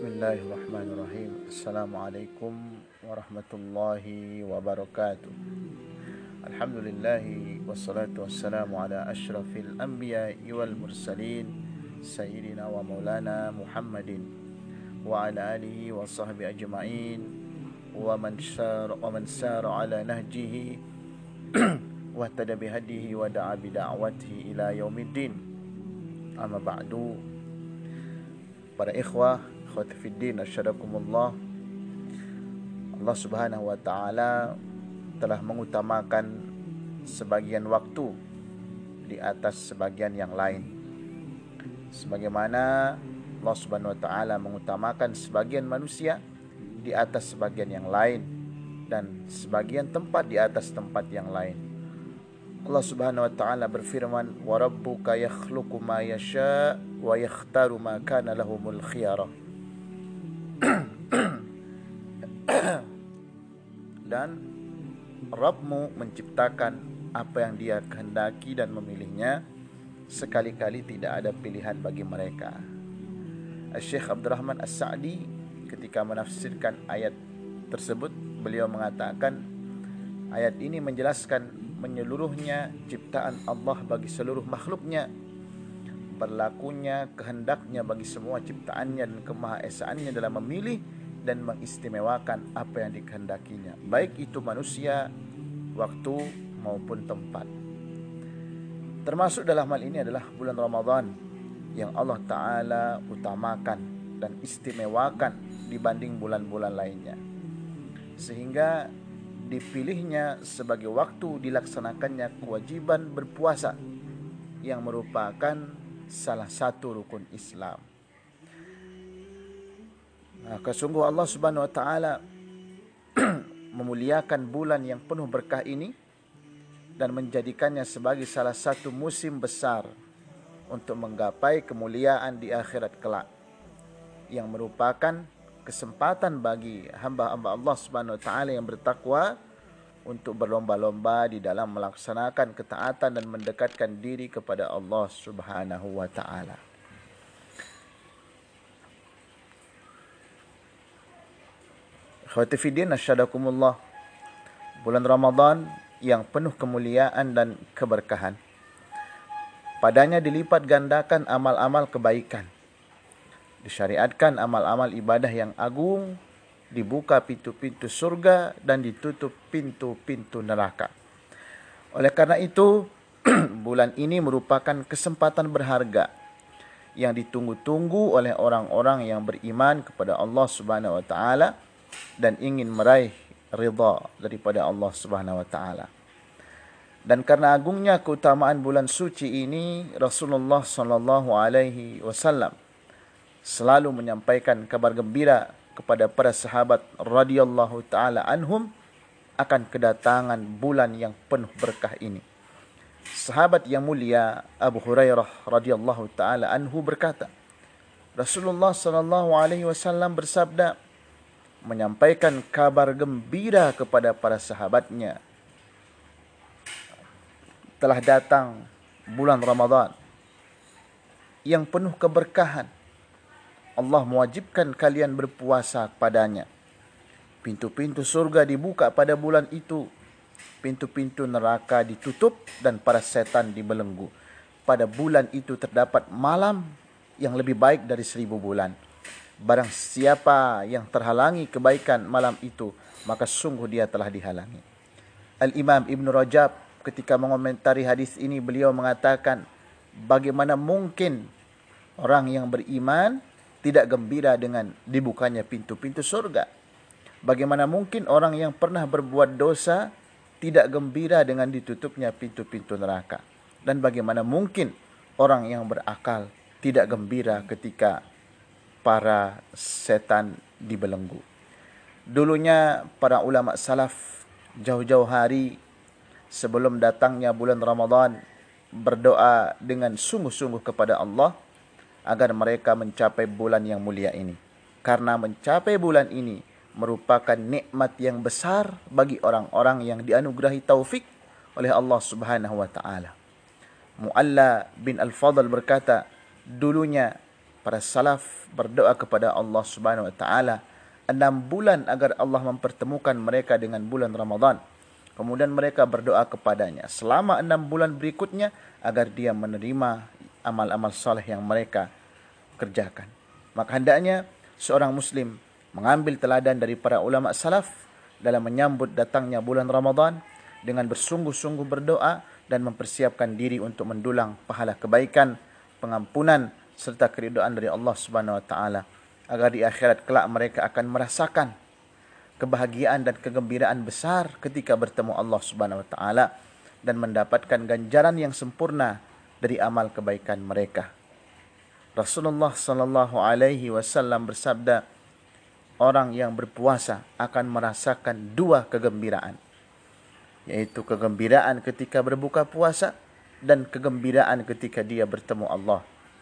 Bismillahirrahmanirrahim. Assalamualaikum warahmatullahi wabarakatuh. Alhamdulillahi wassalatu wassalamu ala ashrafil anbiya'i wal mursalin Sayyidina wa maulana Muhammadin wa ala alihi wa sahbihi ajma'in wa man sara ala nahjihi wa tada bihadihi wa da'a bida'watihi ila yaumiddin. Amma ba'du. Para ikhwah Khawatifiddin asyadakumullah, Allah subhanahu wa ta'ala telah mengutamakan sebagian waktu di atas sebagian yang lain, sebagaimana Allah subhanahu wa ta'ala mengutamakan sebagian manusia di atas sebagian yang lain, dan sebagian tempat di atas tempat yang lain. Allah subhanahu wa ta'ala berfirman, wa rabbuka yakhluqu ma yasha' wa yakhtaru ma kana lahumul khiyarah. Dan Rabbmu menciptakan apa yang Dia kehendaki dan memilihnya, sekali-kali tidak ada pilihan bagi mereka. Syekh Abdurrahman As-Sa'di ketika menafsirkan ayat tersebut, beliau mengatakan ayat ini menjelaskan menyeluruhnya ciptaan Allah bagi seluruh makhluknya, berlakunya kehendaknya bagi semua ciptaannya, dan kemahaesaannya dalam memilih dan mengistimewakan apa yang dikehendakinya, baik itu manusia, waktu maupun tempat. Termasuk dalam hal ini adalah bulan Ramadan yang Allah Ta'ala utamakan dan istimewakan dibanding bulan-bulan lainnya, sehingga dipilihnya sebagai waktu dilaksanakannya kewajiban berpuasa yang merupakan salah satu rukun Islam. Sungguh Allah subhanahu wa ta'ala memuliakan bulan yang penuh berkah ini dan menjadikannya sebagai salah satu musim besar untuk menggapai kemuliaan di akhirat kelak, yang merupakan kesempatan bagi hamba-hamba Allah subhanahu wa ta'ala yang bertakwa untuk berlomba-lomba di dalam melaksanakan ketaatan dan mendekatkan diri kepada Allah subhanahu wa ta'ala. Khawatifiddin asyadakumullah, bulan Ramadan yang penuh kemuliaan dan keberkahan, padanya dilipat gandakan amal-amal kebaikan, disyariatkan amal-amal ibadah yang agung, dibuka pintu-pintu surga dan ditutup pintu-pintu neraka. Oleh karena itu, bulan ini merupakan kesempatan berharga yang ditunggu-tunggu oleh orang-orang yang beriman kepada Allah Subhanahu wa taala dan ingin meraih ridha daripada Allah Subhanahu wa taala. Dan karena agungnya keutamaan bulan suci ini, Rasulullah sallallahu alaihi wasallam selalu menyampaikan kabar gembira kepada para sahabat radhiyallahu taala anhum akan kedatangan bulan yang penuh berkah ini. Sahabat yang mulia Abu Hurairah radhiyallahu taala anhu berkata, Rasulullah sallallahu alaihi wasallam bersabda, menyampaikan kabar gembira kepada para sahabatnya, telah datang bulan Ramadan yang penuh keberkahan. Allah mewajibkan kalian berpuasa padanya. Pintu-pintu surga dibuka pada bulan itu, pintu-pintu neraka ditutup dan para setan dibelenggu. Pada bulan itu terdapat malam yang lebih baik dari 1000 bulan. Barang siapa yang terhalangi kebaikan malam itu, maka sungguh dia telah dihalangi. Al-Imam Ibn Rajab ketika mengomentari hadis ini, beliau mengatakan, bagaimana mungkin orang yang beriman tidak gembira dengan dibukanya pintu-pintu surga? Bagaimana mungkin orang yang pernah berbuat dosa tidak gembira dengan ditutupnya pintu-pintu neraka? Dan bagaimana mungkin orang yang berakal tidak gembira ketika para setan dibelenggu? Dulunya para ulama salaf jauh-jauh hari sebelum datangnya bulan Ramadan berdoa dengan sungguh-sungguh kepada Allah agar mereka mencapai bulan yang mulia ini. Karena mencapai bulan ini merupakan nikmat yang besar bagi orang-orang yang dianugerahi taufik oleh Allah Subhanahu wa taala. Mu'alla bin Al-Fadl berkata, dulunya para salaf berdoa kepada Allah Subhanahu wa taala 6 bulan agar Allah mempertemukan mereka dengan bulan Ramadan. Kemudian mereka berdoa kepadanya selama 6 bulan berikutnya agar dia menerima amal-amal saleh yang mereka kerjakan. Maka hendaknya seorang muslim mengambil teladan dari para ulama salaf dalam menyambut datangnya bulan Ramadan dengan bersungguh-sungguh berdoa dan mempersiapkan diri untuk mendulang pahala kebaikan, pengampunan serta keridhaan dari Allah Subhanahu wa taala, agar di akhirat kelak mereka akan merasakan kebahagiaan dan kegembiraan besar ketika bertemu Allah Subhanahu wa taala dan mendapatkan ganjaran yang sempurna dari amal kebaikan mereka. Rasulullah sallallahu alaihi wasallam bersabda, orang yang berpuasa akan merasakan 2 kegembiraan, yaitu kegembiraan ketika berbuka puasa dan kegembiraan ketika dia bertemu Allah.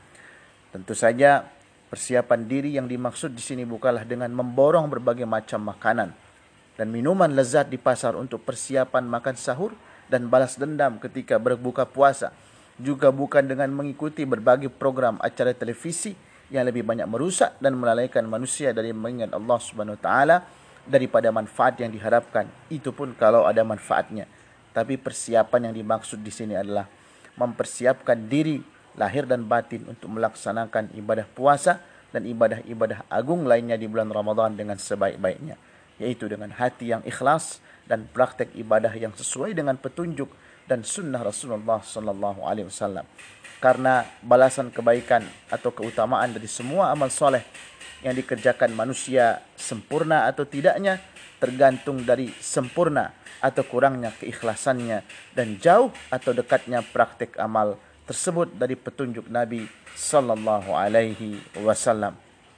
Tentu saja persiapan diri yang dimaksud di sini bukanlah dengan memborong berbagai macam makanan dan minuman lezat di pasar untuk persiapan makan sahur dan balas dendam ketika berbuka puasa. Juga bukan dengan mengikuti berbagai program acara televisi yang lebih banyak merusak dan melalaikan manusia dari mengingat Allah Subhanahu wa taala daripada manfaat yang diharapkan. Itu pun kalau ada manfaatnya. Tapi persiapan yang dimaksud di sini adalah mempersiapkan diri lahir dan batin untuk melaksanakan ibadah puasa dan ibadah-ibadah agung lainnya di bulan Ramadan dengan sebaik-baiknya, yaitu dengan hati yang ikhlas dan praktek ibadah yang sesuai dengan petunjuk dan sunnah Rasulullah sallallahu alaihi wasallam. Karena balasan kebaikan atau keutamaan dari semua amal soleh yang dikerjakan manusia sempurna atau tidaknya tergantung dari sempurna atau kurangnya keikhlasannya dan jauh atau dekatnya praktek amal tersebut dari petunjuk Nabi sallallahu alaihi wasallam.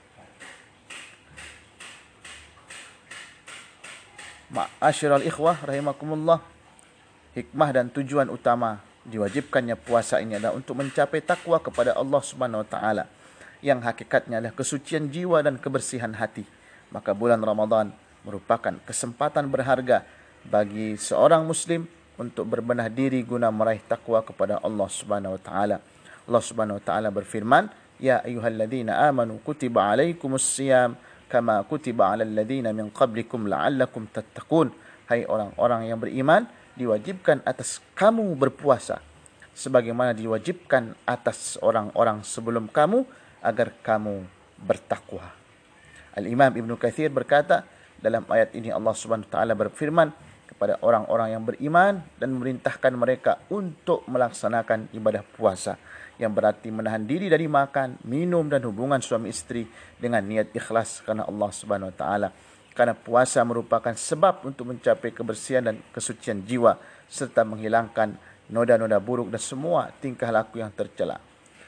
Ma'asyiral ikhwah rahimakumullah, hikmah dan tujuan utama diwajibkannya puasa ini adalah untuk mencapai takwa kepada Allah Subhanahu wa taala, yang hakikatnya adalah kesucian jiwa dan kebersihan hati. Maka bulan Ramadan merupakan kesempatan berharga bagi seorang muslim untuk berbenah diri guna meraih takwa kepada Allah Subhanahu wa taala. Allah Subhanahu wa taala berfirman, "Ya ayyuhalladzina amanu kutiba alaikumusiyam kama kutiba alal ladzina min qablikum la'allakum tattaqun." Hai orang-orang yang beriman, diwajibkan atas kamu berpuasa sebagaimana diwajibkan atas orang-orang sebelum kamu agar kamu bertakwa. Al-Imam Ibn Katsir berkata, dalam ayat ini Allah Subhanahu wa taala berfirman kepada orang-orang yang beriman dan memerintahkan mereka untuk melaksanakan ibadah puasa, yang berarti menahan diri dari makan, minum dan hubungan suami istri dengan niat ikhlas karena Allah Subhanahu wa taala. Karena puasa merupakan sebab untuk mencapai kebersihan dan kesucian jiwa serta menghilangkan noda-noda buruk dan semua tingkah laku yang tercela.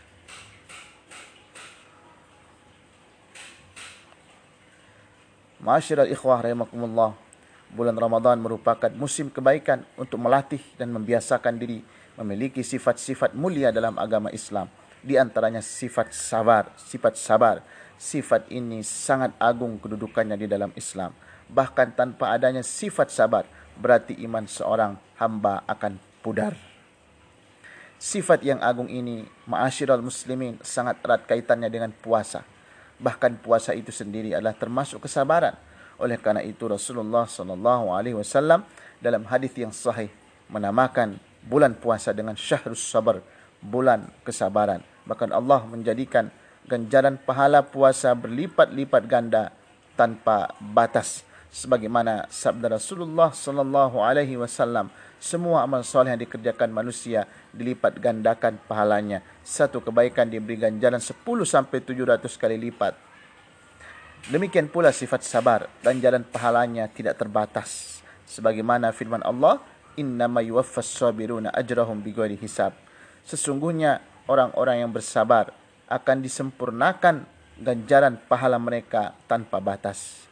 Ma'asyiral ikhwah rahimakumullah, bulan Ramadan merupakan musim kebaikan untuk melatih dan membiasakan diri memiliki sifat-sifat mulia dalam agama Islam. Di antaranya sifat sabar. Sifat ini sangat agung kedudukannya di dalam Islam. Bahkan tanpa adanya sifat sabar, berarti iman seorang hamba akan pudar. Sifat yang agung ini, ma'asyiral muslimin, sangat erat kaitannya dengan puasa. Bahkan puasa itu sendiri adalah termasuk kesabaran. Oleh karena itu Rasulullah sallallahu alaihi wasallam dalam hadis yang sahih menamakan bulan puasa dengan syahrus sabar, bulan kesabaran. Bahkan Allah menjadikan ganjaran pahala puasa berlipat-lipat ganda tanpa batas. Sebagaimana sabda Rasulullah sallallahu alaihi wasallam, semua amal soleh yang dikerjakan manusia dilipat gandakan pahalanya. Satu kebaikan diberi ganjaran 10 sampai 700 kali lipat. Demikian pula sifat sabar, ganjaran pahalanya tidak terbatas. Sebagaimana firman Allah, "Innama yuwaffas sabiruna ajrahum bighairi hisab." Sesungguhnya orang-orang yang bersabar akan disempurnakan ganjaran pahala mereka tanpa batas.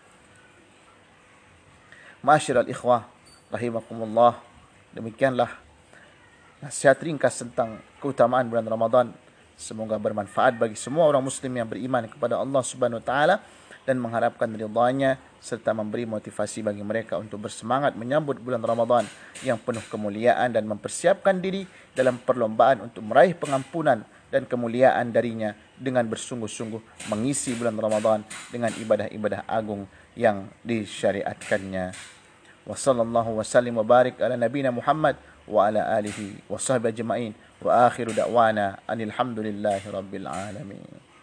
Ma'asyiral ikhwah rahimakumullah, demikianlah nasihat ringkas tentang keutamaan bulan Ramadan. Semoga bermanfaat bagi semua orang muslim yang beriman kepada Allah Subhanahu wa taala dan mengharapkan ridha-Nya serta memberi motivasi bagi mereka untuk bersemangat menyambut bulan Ramadan yang penuh kemuliaan dan mempersiapkan diri dalam perlombaan untuk meraih pengampunan dan kemuliaan darinya dengan bersungguh-sungguh mengisi bulan Ramadan dengan ibadah-ibadah agung yang disyariatkannya. Wa sallallahu wa sallim wa barik ala nabiyina Muhammad wa ala alihi wa sahbihi ajma'in wa akhiru da'wana anil hamdulillahi rabbil alamin.